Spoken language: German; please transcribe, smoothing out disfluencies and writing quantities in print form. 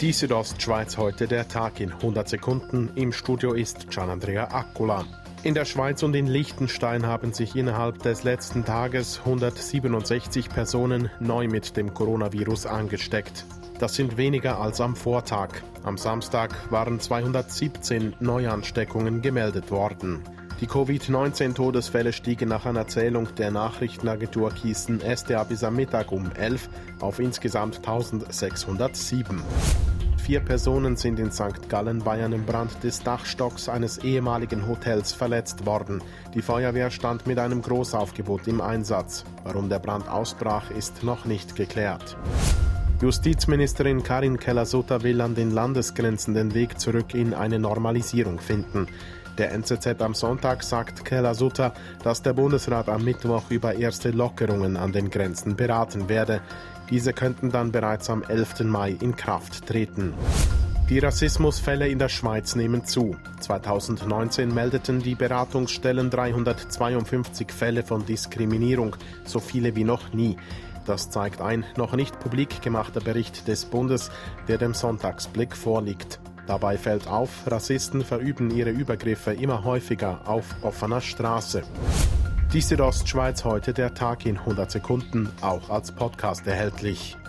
Die Südostschweiz heute, der Tag in 100 Sekunden. Im Studio ist Gianandrea Accula. In der Schweiz und in Liechtenstein haben sich innerhalb des letzten Tages 167 Personen neu mit dem Coronavirus angesteckt. Das sind weniger als am Vortag. Am Samstag waren 217 Neuansteckungen gemeldet worden. Die Covid-19-Todesfälle stiegen nach einer Zählung der Nachrichtenagentur Kiessen SDA bis am Mittag um 11 auf insgesamt 1607. 4 Personen sind in St. Gallen bei einem Brand des Dachstocks eines ehemaligen Hotels verletzt worden. Die Feuerwehr stand mit einem Großaufgebot im Einsatz. Warum der Brand ausbrach, ist noch nicht geklärt. Justizministerin Karin Keller-Sutter will an den Landesgrenzen den Weg zurück in eine Normalisierung finden. Der NZZ am Sonntag sagt Keller-Sutter, dass der Bundesrat am Mittwoch über erste Lockerungen an den Grenzen beraten werde. Diese könnten dann bereits am 11. Mai in Kraft treten. Die Rassismusfälle in der Schweiz nehmen zu. 2019 meldeten die Beratungsstellen 352 Fälle von Diskriminierung, so viele wie noch nie. Das zeigt ein noch nicht publik gemachter Bericht des Bundes, der dem Sonntagsblick vorliegt. Dabei fällt auf, Rassisten verüben ihre Übergriffe immer häufiger auf offener Straße. Die Südostschweiz heute, der Tag in 100 Sekunden, auch als Podcast erhältlich.